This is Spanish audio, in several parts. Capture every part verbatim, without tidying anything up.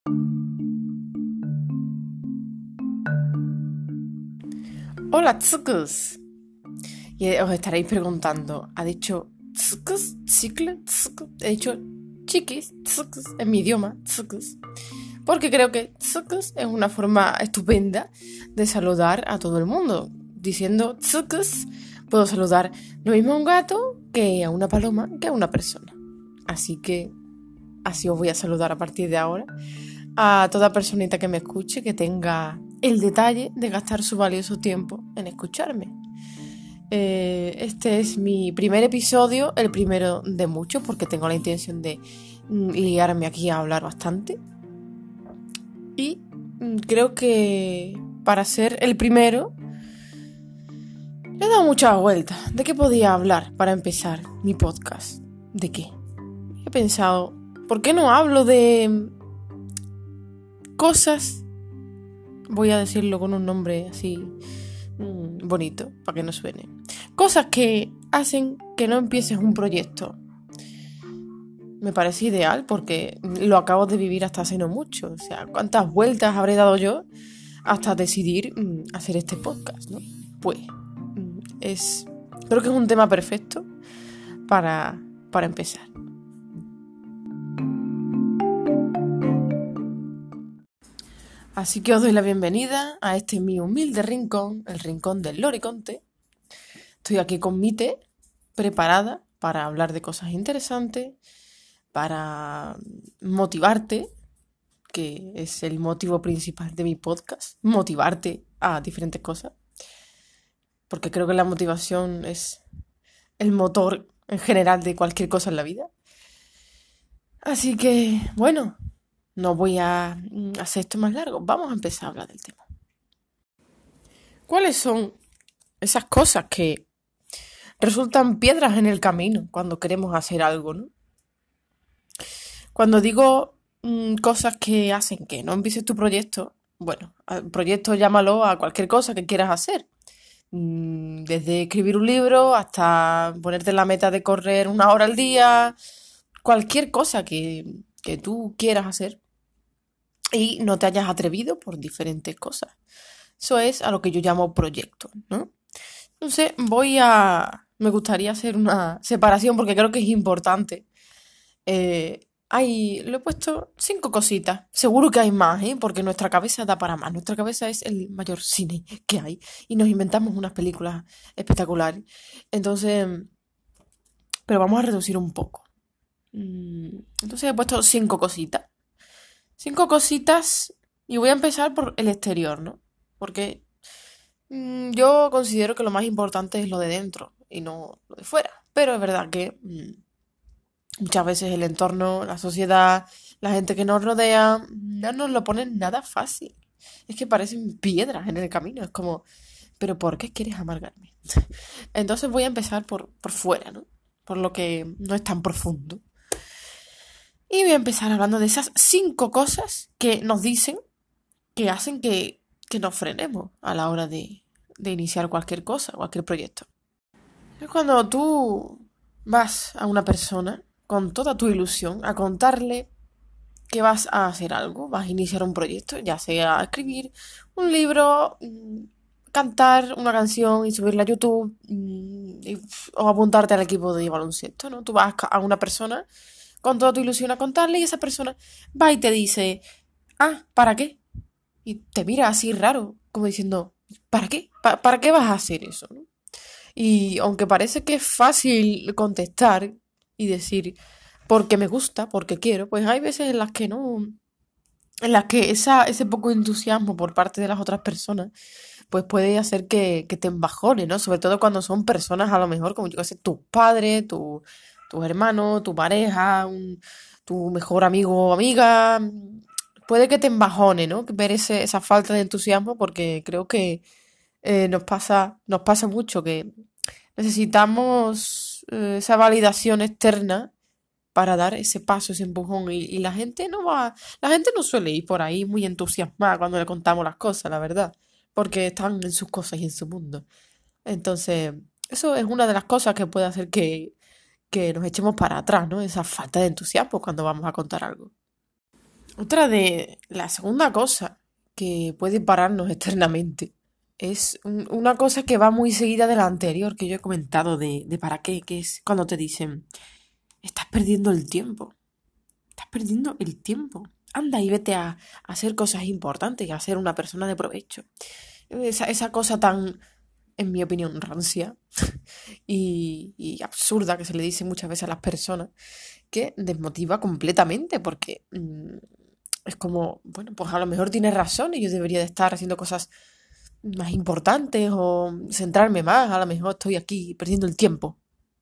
Hola, chicos. Y os estaréis preguntando, ¿ha dicho chicos, chicle, chicos? He dicho chiquis, chicos, en mi idioma, chicos. Porque creo que chicos es una forma estupenda de saludar a todo el mundo. Diciendo chicos, puedo saludar lo mismo a un gato que a una paloma que a una persona. Así que así os voy a saludar a partir de ahora a toda personita que me escuche, que tenga el detalle de gastar su valioso tiempo en escucharme. Eh, este es mi primer episodio, el primero de muchos, porque tengo la intención de mm, liarme aquí a hablar bastante. Y mm, creo que para ser el primero le he dado muchas vueltas. ¿De qué podía hablar para empezar mi podcast? ¿De qué? He pensado, ¿por qué no hablo de cosas? Voy a decirlo con un nombre así mmm, bonito, para que no suene. Cosas que hacen que no empieces un proyecto. Me parece ideal porque lo acabo de vivir hasta hace no mucho. O sea, ¿cuántas vueltas habré dado yo hasta decidir mmm, hacer este podcast, ¿no? Pues mmm, es, creo que es un tema perfecto para, para empezar. Así que os doy la bienvenida a este mi humilde rincón, el rincón del Loriconte. Estoy aquí con mi té, preparada para hablar de cosas interesantes, para motivarte, que es el motivo principal de mi podcast, motivarte a diferentes cosas, porque creo que la motivación es el motor en general de cualquier cosa en la vida. Así que, bueno, no voy a hacer esto más largo, vamos a empezar a hablar del tema. ¿Cuáles son esas cosas que resultan piedras en el camino cuando queremos hacer algo, ¿no? Cuando digo mmm, cosas que hacen que no empieces tu proyecto, bueno, proyecto llámalo a cualquier cosa que quieras hacer. Mm, desde escribir un libro hasta ponerte la meta de correr una hora al día, cualquier cosa que, que tú quieras hacer y no te hayas atrevido por diferentes cosas. Eso es a lo que yo llamo proyecto, ¿no? Entonces voy a... Me gustaría hacer una separación porque creo que es importante. Eh, hay, lo he puesto cinco cositas. Seguro que hay más, ¿eh? Porque nuestra cabeza da para más. Nuestra cabeza es el mayor cine que hay. Y nos inventamos unas películas espectaculares. Entonces, pero vamos a reducir un poco. Entonces he puesto cinco cositas. Cinco cositas y voy a empezar por el exterior, ¿no? Porque mmm, yo considero que lo más importante es lo de dentro y no lo de fuera. Pero es verdad que mmm, muchas veces el entorno, la sociedad, la gente que nos rodea, no nos lo ponen nada fácil. Es que parecen piedras en el camino. Es como, ¿pero por qué quieres amargarme? Entonces voy a empezar por, por fuera, ¿no? Por lo que no es tan profundo. Y voy a empezar hablando de esas cinco cosas que nos dicen que hacen que, que nos frenemos a la hora de, de iniciar cualquier cosa, cualquier proyecto. Es cuando tú vas a una persona con toda tu ilusión a contarle que vas a hacer algo, vas a iniciar un proyecto, ya sea escribir un libro, cantar una canción y subirla a YouTube y, o apuntarte al equipo de baloncesto, ¿no? Tú vas a una persona con toda tu ilusión a contarle y esa persona va y te dice, ah, ¿para qué? Y te mira así raro, como diciendo, ¿para qué? ¿Pa- ¿Para qué vas a hacer eso? ¿No? Y aunque parece que es fácil contestar y decir, porque me gusta, porque quiero, pues hay veces en las que no, en las que esa, ese poco entusiasmo por parte de las otras personas, pues puede hacer que, que te embajone, ¿no? Sobre todo cuando son personas a lo mejor, como yo que sé, tus padres, tu, tus hermanos, tu pareja, un, tu mejor amigo o amiga. Puede que te embajone, ¿no? Ver ese, esa falta de entusiasmo, porque creo que eh, nos pasa, nos pasa mucho que necesitamos eh, esa validación externa para dar ese paso, ese empujón. Y, y la gente no va, la gente no suele ir por ahí muy entusiasmada cuando le contamos las cosas, la verdad, porque están en sus cosas y en su mundo. Entonces, eso es una de las cosas que puede hacer que, que nos echemos para atrás, ¿no? Esa falta de entusiasmo cuando vamos a contar algo. Otra de la segunda cosa que puede pararnos eternamente es un- una cosa que va muy seguida de la anterior que yo he comentado de, de para qué, que es cuando te dicen, estás perdiendo el tiempo, estás perdiendo el tiempo. Anda y vete a, a hacer cosas importantes y a ser una persona de provecho. Esa, esa cosa tan, en mi opinión, rancia y, y absurda que se le dice muchas veces a las personas, que desmotiva completamente porque mm, es como, bueno, pues a lo mejor tienes razón y yo debería de estar haciendo cosas más importantes o centrarme más, a lo mejor estoy aquí perdiendo el tiempo.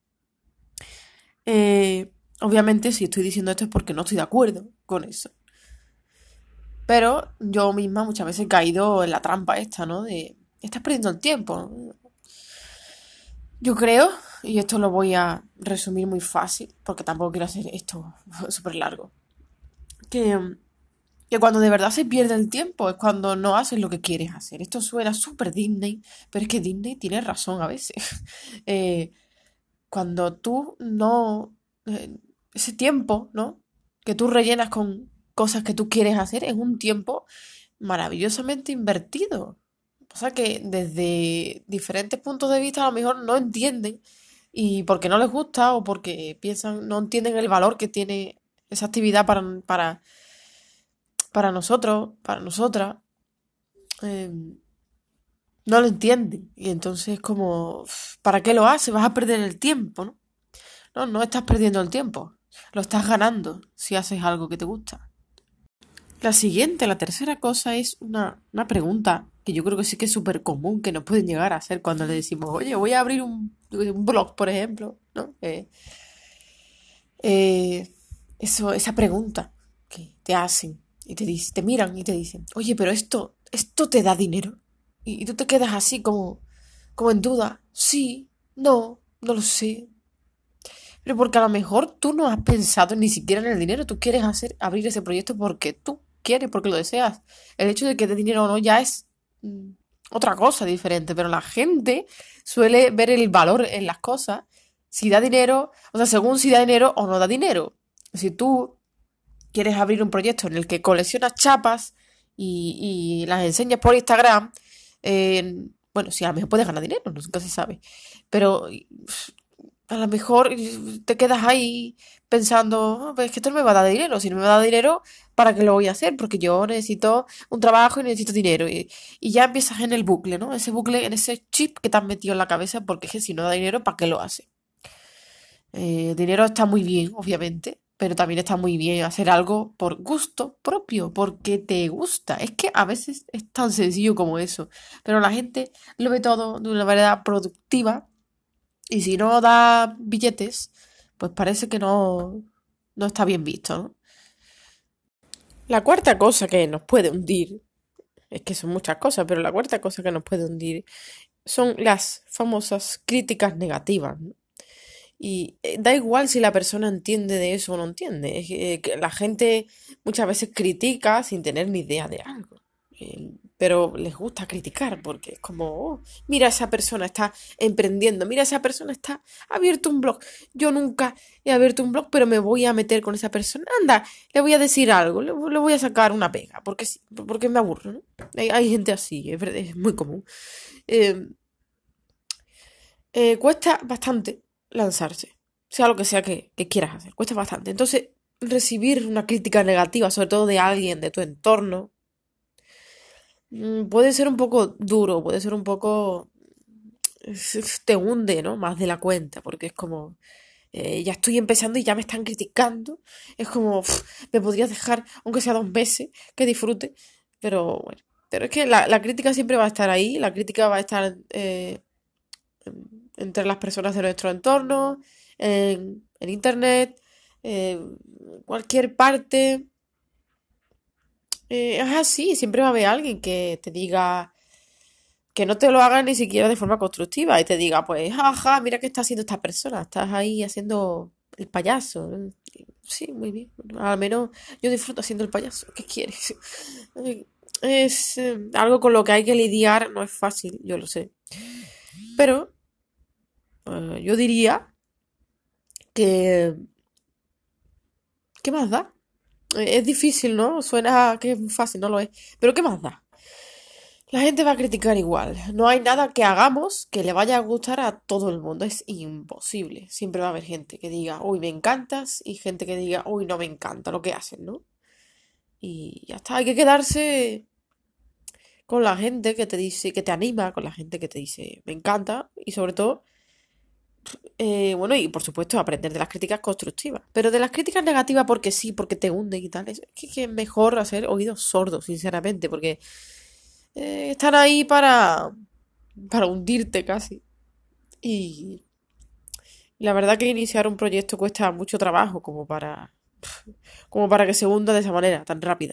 Eh, Obviamente si estoy diciendo esto es porque no estoy de acuerdo con eso. Pero yo misma muchas veces he caído en la trampa esta, ¿no? De, estás perdiendo el tiempo, ¿no? Yo creo, y esto lo voy a resumir muy fácil, porque tampoco quiero hacer esto súper largo, que, que cuando de verdad se pierde el tiempo es cuando no haces lo que quieres hacer. Esto suena súper Disney, pero es que Disney tiene razón a veces. Eh, cuando tú no... eh, ese tiempo, ¿no? Que tú rellenas con cosas que tú quieres hacer es un tiempo maravillosamente invertido. O sea que desde diferentes puntos de vista a lo mejor no entienden y porque no les gusta o porque piensan, no entienden el valor que tiene esa actividad para, para, para nosotros, para nosotras, eh, no lo entienden. Y entonces como, ¿para qué lo haces? Vas a perder el tiempo, ¿no? No, no estás perdiendo el tiempo, lo estás ganando si haces algo que te gusta. La siguiente, la tercera cosa es una, una pregunta que yo creo que sí que es súper común que nos pueden llegar a hacer cuando le decimos, oye, voy a abrir un, un blog, por ejemplo, ¿no? Eh, eh, eso, esa pregunta que te hacen y te, dic- te miran y te dicen, oye, pero esto, esto te da dinero. Y, y tú te quedas así como, como en duda, sí, no, no lo sé. Pero porque a lo mejor tú no has pensado ni siquiera en el dinero, tú quieres hacer, abrir ese proyecto porque tú quieres, porque lo deseas. El hecho de que dé dinero o no ya es mm, otra cosa diferente, pero la gente suele ver el valor en las cosas, si da dinero, o sea, según si da dinero o no da dinero. Si tú quieres abrir un proyecto en el que coleccionas chapas y, y las enseñas por Instagram, eh, bueno, sí, a lo mejor puedes ganar dinero, nunca se sabe. Pero a lo mejor te quedas ahí pensando, "Ah, pues es que esto no me va a dar dinero. Si no me va a dar dinero, ¿para qué lo voy a hacer? Porque yo necesito un trabajo y necesito dinero. Y, y ya empiezas en el bucle, ¿no? Ese bucle, en ese chip que te has metido en la cabeza, porque es que si no da dinero, ¿para qué lo haces? Eh, dinero está muy bien, obviamente, pero también está muy bien hacer algo por gusto propio, porque te gusta. Es que a veces es tan sencillo como eso, pero la gente lo ve todo de una manera productiva y si no da billetes, pues parece que no, no está bien visto, ¿no? La cuarta cosa que nos puede hundir, es que son muchas cosas, pero la cuarta cosa que nos puede hundir son las famosas críticas negativas, ¿no? Y eh, da igual si la persona entiende de eso o no entiende. Es que, eh, que la gente muchas veces critica sin tener ni idea de algo. Eh, pero les gusta criticar porque es como, "Oh, mira, esa persona está emprendiendo, mira, esa persona está abierto un blog. Yo nunca he abierto un blog, pero me voy a meter con esa persona. Anda, le voy a decir algo, le, le voy a sacar una pega, porque sí, porque me aburro, ¿no? Hay, hay gente así, es, verdad, es muy común. Eh, eh, Cuesta bastante lanzarse, sea lo que sea que, que quieras hacer, cuesta bastante. Entonces, recibir una crítica negativa, sobre todo de alguien de tu entorno, mm, puede ser un poco duro, puede ser un poco... te hunde, ¿no? Más de la cuenta, porque es como... eh, ya estoy empezando y ya me están criticando. Es como, pf, me podrías dejar, aunque sea dos meses, que disfrute. Pero bueno, pero es que la, la crítica siempre va a estar ahí, la crítica va a estar eh, entre las personas de nuestro entorno, en, en internet, en cualquier parte. Eh, es así, siempre va a haber alguien que te diga que no te lo haga ni siquiera de forma constructiva y te diga, pues, jaja, mira qué está haciendo esta persona, estás ahí haciendo el payaso. Sí, muy bien. Al menos yo disfruto haciendo el payaso. ¿Qué quieres? Es eh, algo con lo que hay que lidiar, no es fácil, yo lo sé. Pero eh, yo diría que ¿qué más da? Eh, Es difícil, ¿no? Suena que es muy fácil, no lo es. Pero ¿qué más da? La gente va a criticar igual. No hay nada que hagamos que le vaya a gustar a todo el mundo. Es imposible. Siempre va a haber gente que diga, uy, me encantas, y gente que diga, uy, no me encanta lo que hacen, ¿no? Y ya está. Hay que quedarse con la gente que te dice, que te anima, con la gente que te dice, me encanta, y sobre todo, eh, bueno, y por supuesto, aprender de las críticas constructivas. Pero de las críticas negativas porque sí, porque te hunden y tal, es que, que es mejor hacer oídos sordos, sinceramente, porque eh, están ahí para, para hundirte casi. Y la verdad que iniciar un proyecto cuesta mucho trabajo como para, como para que se hunda de esa manera tan rápida.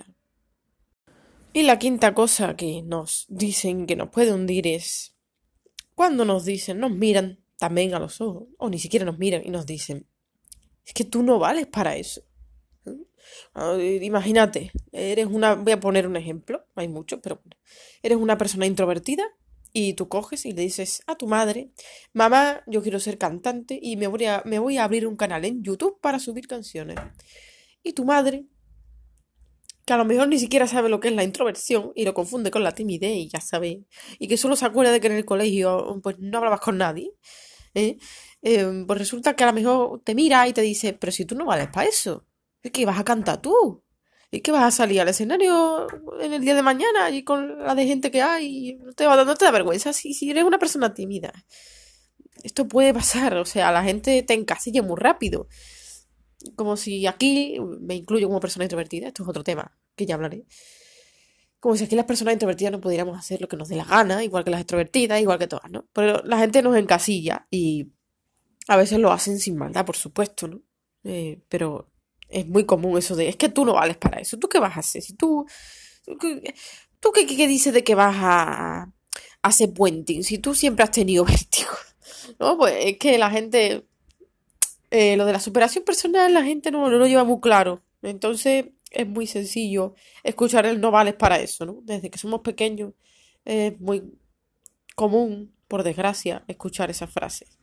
Y la quinta cosa que nos dicen que nos puede hundir es cuando nos dicen, nos miran también a los ojos, o ni siquiera nos miran y nos dicen, es que tú no vales para eso. ¿Eh? Ah, eh, Imagínate, eres una, voy a poner un ejemplo, hay muchos, pero bueno, eres una persona introvertida y tú coges y le dices a tu madre, mamá, yo quiero ser cantante y me voy a, me voy a abrir un canal en YouTube para subir canciones. Y tu madre, que a lo mejor ni siquiera sabe lo que es la introversión y lo confunde con la timidez y ya sabe, y que solo se acuerda de que en el colegio pues no hablabas con nadie, ¿eh? Eh, pues resulta que a lo mejor te mira y te dice, pero si tú no vales para eso, es que vas a cantar tú, es que vas a salir al escenario en el día de mañana y con la de gente que hay, y no te va, no te da vergüenza si, si eres una persona tímida. Esto puede pasar, o sea, la gente te encasilla muy rápido. Como si aquí, me incluyo como persona introvertida, esto es otro tema que ya hablaré. Como si aquí las personas introvertidas no pudiéramos hacer lo que nos dé la gana, igual que las extrovertidas, igual que todas, ¿no? Pero la gente nos encasilla y a veces lo hacen sin maldad, por supuesto, ¿no? Eh, pero es muy común eso de, es que tú no vales para eso, ¿tú qué vas a hacer? Si tú, tú, qué, tú qué, qué dices de que vas a, a hacer puenting, si tú siempre has tenido vértigo, ¿no? Pues es que la gente, eh, lo de la superación personal, la gente no, no lo lleva muy claro. Entonces es muy sencillo escuchar el no vales para eso, ¿no? Desde que somos pequeños es muy común, por desgracia, escuchar esas frases.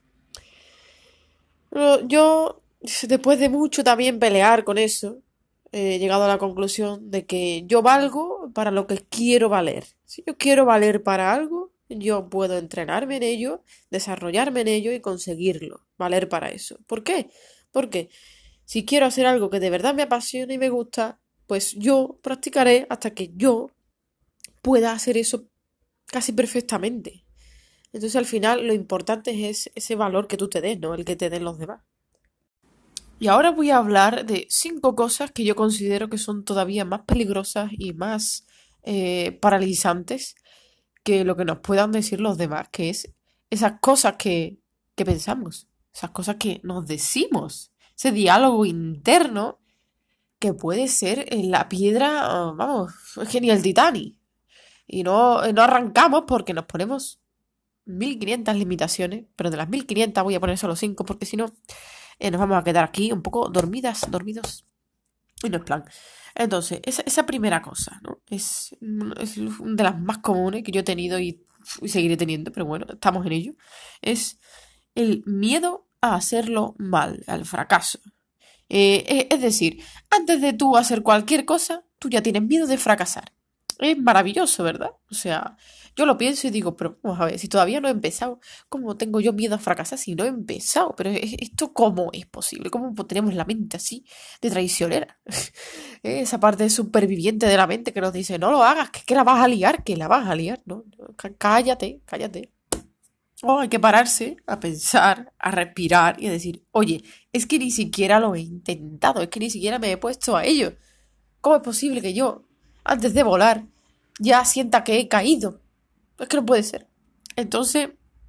Pero yo, después de mucho también pelear con eso, he llegado a la conclusión de que yo valgo para lo que quiero valer. Si yo quiero valer para algo, yo puedo entrenarme en ello, desarrollarme en ello y conseguirlo, valer para eso. ¿Por qué? Porque si quiero hacer algo que de verdad me apasiona y me gusta, pues yo practicaré hasta que yo pueda hacer eso casi perfectamente. Entonces al final lo importante es ese valor que tú te des, no el que te den los demás. Y ahora voy a hablar de cinco cosas que yo considero que son todavía más peligrosas y más eh, paralizantes que lo que nos puedan decir los demás, que es esas cosas que, que pensamos, esas cosas que nos decimos, ese diálogo interno que puede ser en la piedra, ah, vamos, es que ni el Titanic. Y no, no arrancamos porque nos ponemos mil quinientas limitaciones, pero de las mil quinientas voy a poner solo cinco porque si no eh, nos vamos a quedar aquí un poco dormidas, dormidos. Y no es plan. Entonces, esa, esa primera cosa, ¿no? Es, es una de las más comunes que yo he tenido y, y seguiré teniendo, pero bueno, estamos en ello. Es el miedo a hacerlo mal, al fracaso. Eh, eh, es decir, antes de tú hacer cualquier cosa, tú ya tienes miedo de fracasar. Es maravilloso, ¿verdad? O sea, yo lo pienso y digo, pero vamos a ver, si todavía no he empezado, ¿cómo tengo yo miedo a fracasar si no he empezado? Pero es- esto, ¿cómo es posible? ¿Cómo tenemos la mente así de traicionera? Eh, Esa parte superviviente de la mente que nos dice, no lo hagas, que, que la vas a liar, que la vas a liar, ¿no? No, cá- Cállate, cállate. O hay que pararse a pensar, a respirar y a decir, oye, es que ni siquiera lo he intentado, es que ni siquiera me he puesto a ello. ¿Cómo es posible que yo, antes de volar, ya sienta que he caído? Es que no puede ser. Entonces,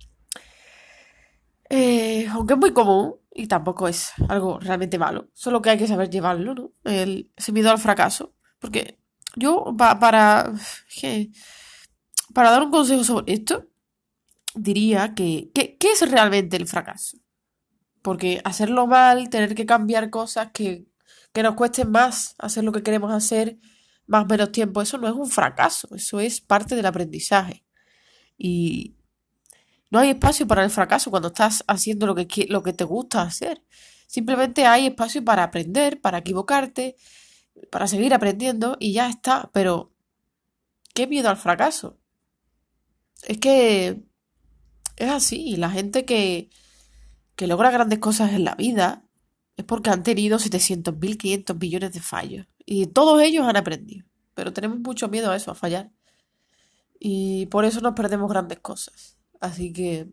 eh, aunque es muy común y tampoco es algo realmente malo, solo que hay que saber llevarlo, ¿no? El, ese miedo al fracaso. Porque yo, pa- para, que- para dar un consejo sobre esto, diría que, que- ¿qué es realmente el fracaso? Porque hacerlo mal, tener que cambiar cosas que, que nos cuesten más hacer lo que queremos hacer, más o menos tiempo, eso no es un fracaso, eso es parte del aprendizaje. Y no hay espacio para el fracaso cuando estás haciendo lo que, qui- lo que te gusta hacer. Simplemente hay espacio para aprender, para equivocarte para seguir aprendiendo y ya está. Pero, qué miedo al fracaso. Es que es así. La gente que, que logra grandes cosas en la vida es porque han tenido setecientos mil quinientos millones de fallos. Y todos ellos han aprendido. Pero tenemos mucho miedo a eso, a fallar. Y por eso nos perdemos grandes cosas. Así que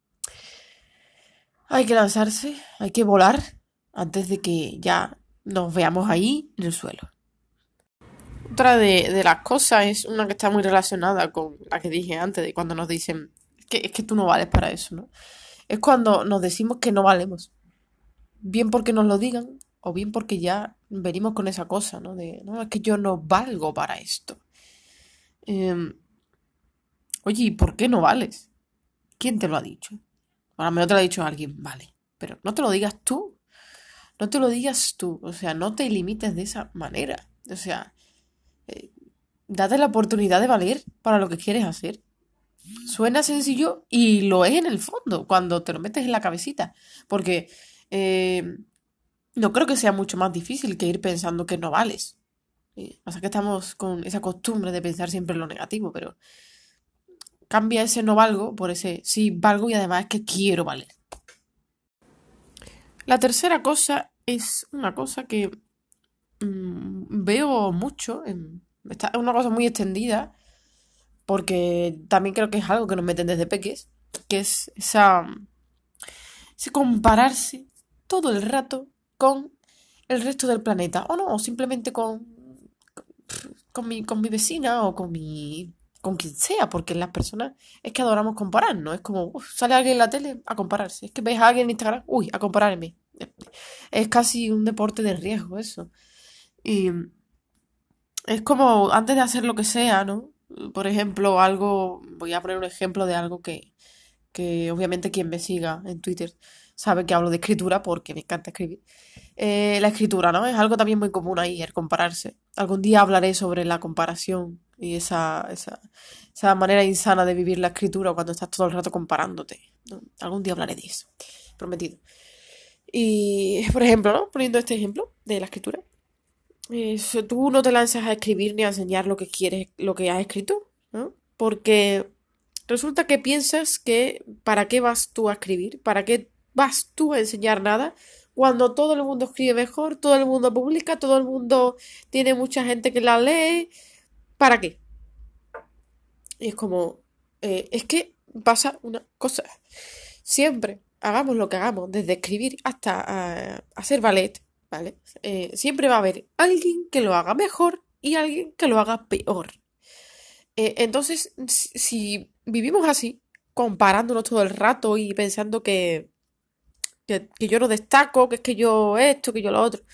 hay que lanzarse, hay que volar antes de que ya nos veamos ahí en el suelo. Otra de, de las cosas es una que está muy relacionada con la que dije antes, de cuando nos dicen, es que, es que tú no vales para eso, ¿no? Es cuando nos decimos que no valemos. Bien porque nos lo digan, o bien porque ya venimos con esa cosa, ¿no? De, no, es que yo no valgo para esto. Eh, Oye, ¿y por qué no vales? ¿Quién te lo ha dicho? A lo mejor te lo ha dicho alguien, vale. Pero no te lo digas tú. No te lo digas tú. O sea, no te limites de esa manera. O sea, eh, date la oportunidad de valer para lo que quieres hacer. Suena sencillo y lo es en el fondo, cuando te lo metes en la cabecita. Porque eh, no creo que sea mucho más difícil que ir pensando que no vales. Eh, o sea, que estamos con esa costumbre de pensar siempre en lo negativo, pero cambia ese no valgo por ese sí valgo y además es que quiero valer. La tercera cosa es una cosa que mm, veo mucho, en, está- es una cosa muy extendida, porque también creo que es algo que nos meten desde peques, que es esa, ese compararse todo el rato con el resto del planeta, o no, o simplemente con, con mi, con mi vecina o con mi, con quien sea, porque las personas es que adoramos compararnos, es como, uf, sale alguien en la tele a compararse, es que ves a alguien en Instagram, uy, a compararme. Es casi un deporte de riesgo eso. Y es como antes de hacer lo que sea, ¿no? Por ejemplo, algo, voy a poner un ejemplo de algo que, que obviamente quien me siga en Twitter sabe que hablo de escritura porque me encanta escribir. Eh, la escritura, ¿no? Es algo también muy común ahí, el compararse. Algún día hablaré sobre la comparación y esa, esa, esa manera insana de vivir la escritura cuando estás todo el rato comparándote, ¿no? Algún día hablaré de eso, prometido. Y, por ejemplo, ¿no? Poniendo este ejemplo de la escritura. Eh, si tú no te lanzas a escribir ni a enseñar lo que quieres, lo que has escrito, ¿no? Porque resulta que piensas que ¿para qué vas tú a escribir? ¿Para qué vas tú a enseñar nada? Cuando todo el mundo escribe mejor, todo el mundo publica, todo el mundo tiene mucha gente que la lee, ¿para qué? Y es como, eh, es que pasa una cosa. Siempre, hagamos lo que hagamos, desde escribir hasta ah, hacer ballet, ¿vale? Eh, siempre va a haber alguien que lo haga mejor y alguien que lo haga peor. Eh, entonces, si, si vivimos así, comparándonos todo el rato y pensando que, que, que yo no destaco, que es que yo esto, que yo lo otro,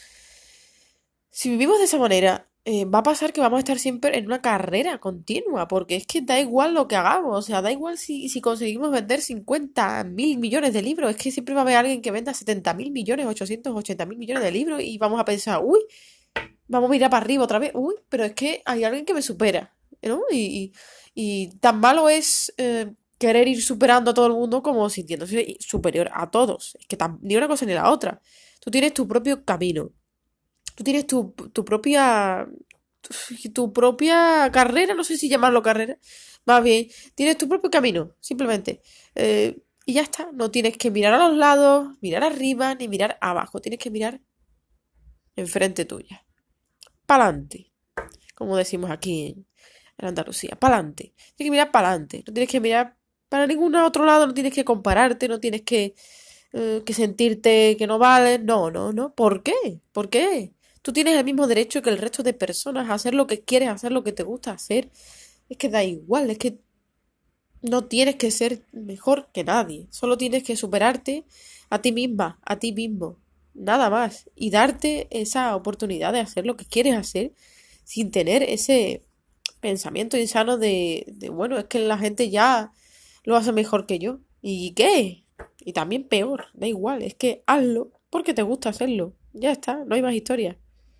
si vivimos de esa manera, eh, va a pasar que vamos a estar siempre en una carrera continua, porque es que da igual lo que hagamos, o sea, da igual si, si conseguimos vender cincuenta mil millones de libros, es que siempre va a haber alguien que venda setenta mil millones, ochocientos ochenta mil millones de libros y vamos a pensar, uy, vamos a mirar para arriba otra vez, uy, pero es que hay alguien que me supera, ¿no? Y, y, y tan malo es eh, querer ir superando a todo el mundo como sintiéndose superior a todos, es que tam- ni una cosa ni la otra. Tú tienes tu propio camino. Tú tienes tu, tu propia, tu, tu propia carrera, no sé si llamarlo carrera, más bien, tienes tu propio camino, simplemente. Eh, y ya está, no tienes que mirar a los lados, mirar arriba, ni mirar abajo, tienes que mirar enfrente tuya. Pa'lante, como decimos aquí en, en Andalucía, pa'lante. Tienes que mirar pa'lante, no tienes que mirar para ningún otro lado, no tienes que compararte, no tienes que, eh, que sentirte que no vales, no, no, no. ¿Por qué? ¿Por qué? Tú tienes el mismo derecho que el resto de personas a hacer lo que quieres, hacer lo que te gusta hacer. Es que da igual, es que no tienes que ser mejor que nadie. Solo tienes que superarte a ti misma, a ti mismo. Nada más. Y darte esa oportunidad de hacer lo que quieres hacer sin tener ese pensamiento insano de, de bueno, es que la gente ya lo hace mejor que yo. ¿Y qué? Y también peor, da igual, es que hazlo porque te gusta hacerlo. Ya está, no hay más historia.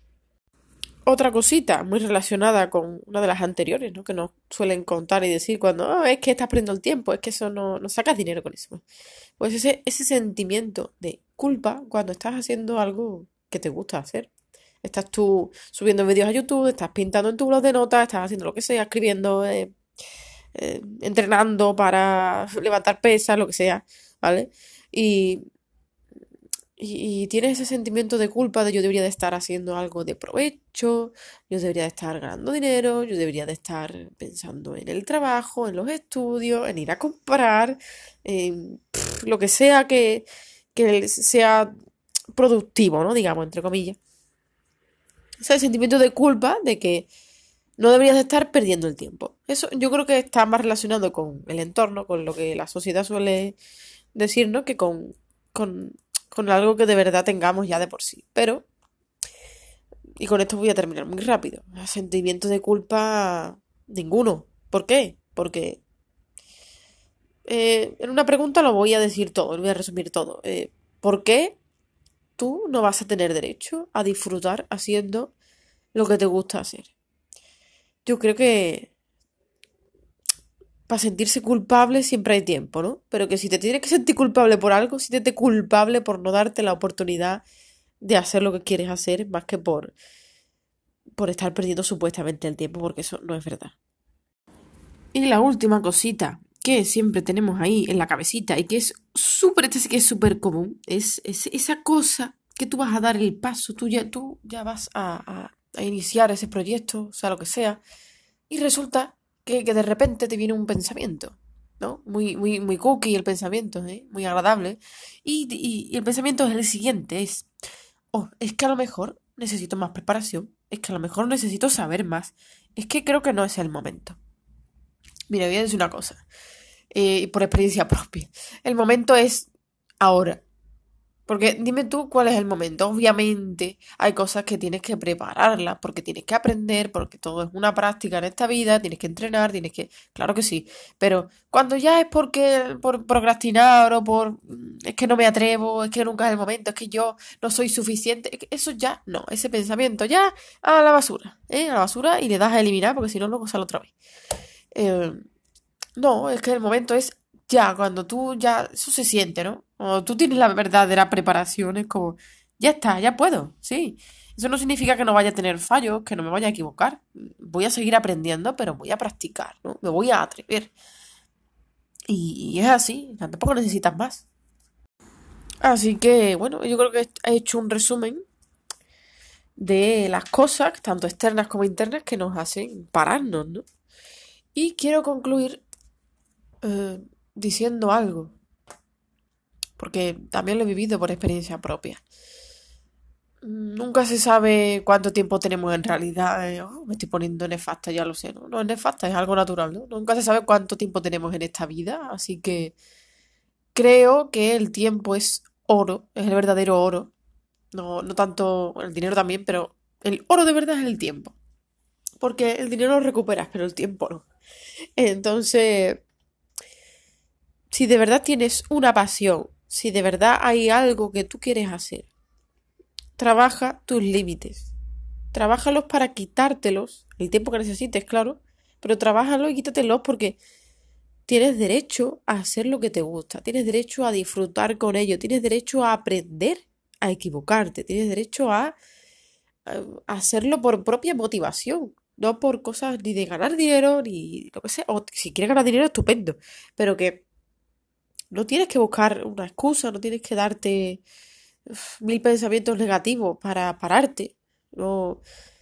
Otra cosita muy relacionada con una de las anteriores, ¿no? Que nos suelen contar y decir cuando, "Ah, es que estás perdiendo el tiempo, es que eso no, no sacas dinero con eso". Pues ese, ese sentimiento de culpa cuando estás haciendo algo que te gusta hacer. Estás tú subiendo vídeos a YouTube, estás pintando en tu blog de notas, estás haciendo lo que sea, escribiendo, eh, eh, entrenando para levantar pesas, lo que sea, ¿vale? Y, y, y tienes ese sentimiento de culpa de yo debería de estar haciendo algo de provecho, yo debería de estar ganando dinero, yo debería de estar pensando en el trabajo, en los estudios, en ir a comprar, en pff, lo que sea que, que sea productivo, ¿no? Digamos, entre comillas. O sea, el sentimiento de culpa de que no deberías de estar perdiendo el tiempo. Eso yo creo que está más relacionado con el entorno, con lo que la sociedad suele decirnos, que con, con, con algo que de verdad tengamos ya de por sí. Pero, y con esto voy a terminar muy rápido, sentimiento de culpa ninguno. ¿Por qué? Porque eh, en una pregunta lo voy a decir todo, lo voy a resumir todo. Eh, ¿por qué tú no vas a tener derecho a disfrutar haciendo lo que te gusta hacer? Yo creo que para sentirse culpable siempre hay tiempo, ¿no? Pero que si te tienes que sentir culpable por algo, siéntete culpable por no darte la oportunidad de hacer lo que quieres hacer, más que por, por estar perdiendo supuestamente el tiempo, porque eso no es verdad. Y la última cosita que siempre tenemos ahí en la cabecita y que es súper, este sí que es súper común, es, es esa cosa que tú vas a dar el paso, tú ya, tú ya vas a, a, a iniciar ese proyecto, o sea, lo que sea, y resulta que, que de repente te viene un pensamiento, ¿no? Muy, muy, muy cookie el pensamiento, ¿eh? Muy agradable. Y, y, y el pensamiento es el siguiente, es, oh, es que a lo mejor necesito más preparación, es que a lo mejor necesito saber más, es que creo que no es el momento. Mira, voy a decir una cosa, eh, por experiencia propia. El momento es ahora. Porque dime tú cuál es el momento. Obviamente hay cosas que tienes que prepararlas, porque tienes que aprender, porque todo es una práctica en esta vida, tienes que entrenar, tienes que... Claro que sí. Pero cuando ya es porque por procrastinar o por... mm, es que no me atrevo, es que nunca es el momento, es que yo no soy suficiente, es que eso ya no, ese pensamiento ya a la basura, ¿eh? A la basura y le das a eliminar porque si no luego sale otra vez. Eh, no, es que el momento es ya, cuando tú ya, eso se siente, ¿no? Cuando tú tienes la verdadera preparación, es como, ya está, ya puedo, sí. Eso no significa que no vaya a tener fallos, que no me vaya a equivocar. Voy a seguir aprendiendo, pero voy a practicar, ¿no? Me voy a atrever. Y, y es así, tampoco necesitas más. Así que, bueno, yo creo que he hecho un resumen de las cosas, tanto externas como internas, que nos hacen pararnos, ¿no? Y quiero concluir eh, diciendo algo, porque también lo he vivido por experiencia propia. Nunca se sabe cuánto tiempo tenemos en realidad. eh, oh, me estoy poniendo nefasta, ya lo sé, ¿no? No es nefasta, es algo natural, ¿no? Nunca se sabe cuánto tiempo tenemos en esta vida, así que creo que el tiempo es oro, es el verdadero oro. No, no tanto el dinero también, pero el oro de verdad es el tiempo. Porque el dinero lo recuperas, pero el tiempo no. Entonces, si de verdad tienes una pasión, si de verdad hay algo que tú quieres hacer, trabaja tus límites. Trabájalos para quitártelos, el tiempo que necesites, claro, pero trabájalos y quítatelos porque tienes derecho a hacer lo que te gusta, tienes derecho a disfrutar con ello, tienes derecho a aprender a equivocarte, tienes derecho a, a hacerlo por propia motivación, no por cosas ni de ganar dinero ni lo que sea, o si quieres ganar dinero, estupendo, pero que no tienes que buscar una excusa, no tienes que darte uf, mil pensamientos negativos para pararte. No,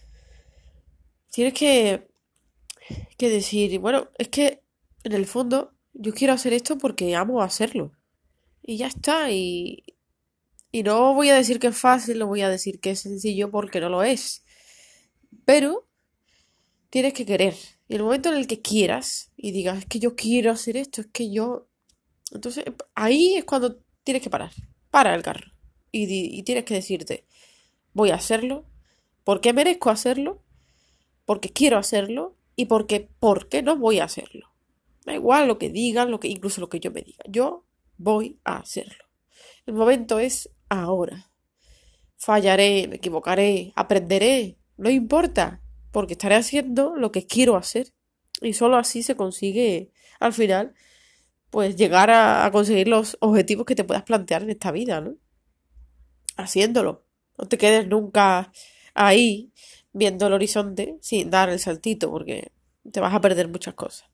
tienes que, que decir, bueno, es que en el fondo yo quiero hacer esto porque amo hacerlo. Y ya está. Y, y no voy a decir que es fácil, no voy a decir que es sencillo porque no lo es. Pero tienes que querer. Y el momento en el que quieras y digas, es que yo quiero hacer esto, es que yo... Entonces ahí es cuando tienes que parar. Para el carro. Y, di- y tienes que decirte, voy a hacerlo porque merezco hacerlo, porque quiero hacerlo y porque, ¿por qué no voy a hacerlo? Da igual lo que digan, lo que, incluso lo que yo me diga. Yo voy a hacerlo. El momento es ahora. Fallaré, me equivocaré, aprenderé, no importa, porque estaré haciendo lo que quiero hacer. Y solo así se consigue, al final, pues llegar a, a conseguir los objetivos que te puedas plantear en esta vida, ¿no? Haciéndolo. No te quedes nunca ahí, viendo el horizonte, sin dar el saltito, porque te vas a perder muchas cosas.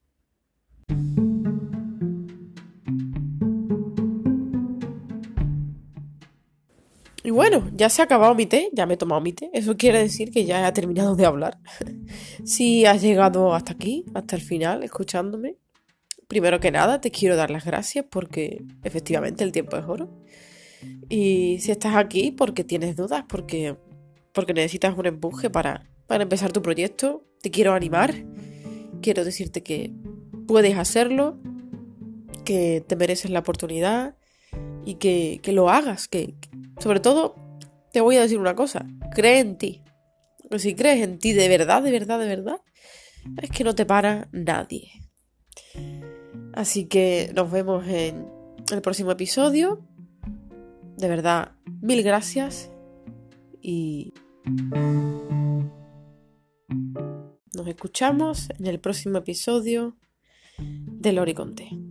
Y bueno, ya se ha acabado mi té, ya me he tomado mi té. Eso quiere decir que ya he terminado de hablar. Si has llegado hasta aquí, hasta el final, escuchándome, primero que nada te quiero dar las gracias porque efectivamente el tiempo es oro. Y si estás aquí porque tienes dudas, porque, porque necesitas un empuje para, para empezar tu proyecto, te quiero animar. Quiero decirte que puedes hacerlo, que te mereces la oportunidad y que, que lo hagas. Que, que- sobre todo, te voy a decir una cosa, cree en ti. Si crees en ti de verdad, de verdad, de verdad, es que no te para nadie. Así que nos vemos en el próximo episodio. De verdad, mil gracias y nos escuchamos en el próximo episodio de Lori Conté.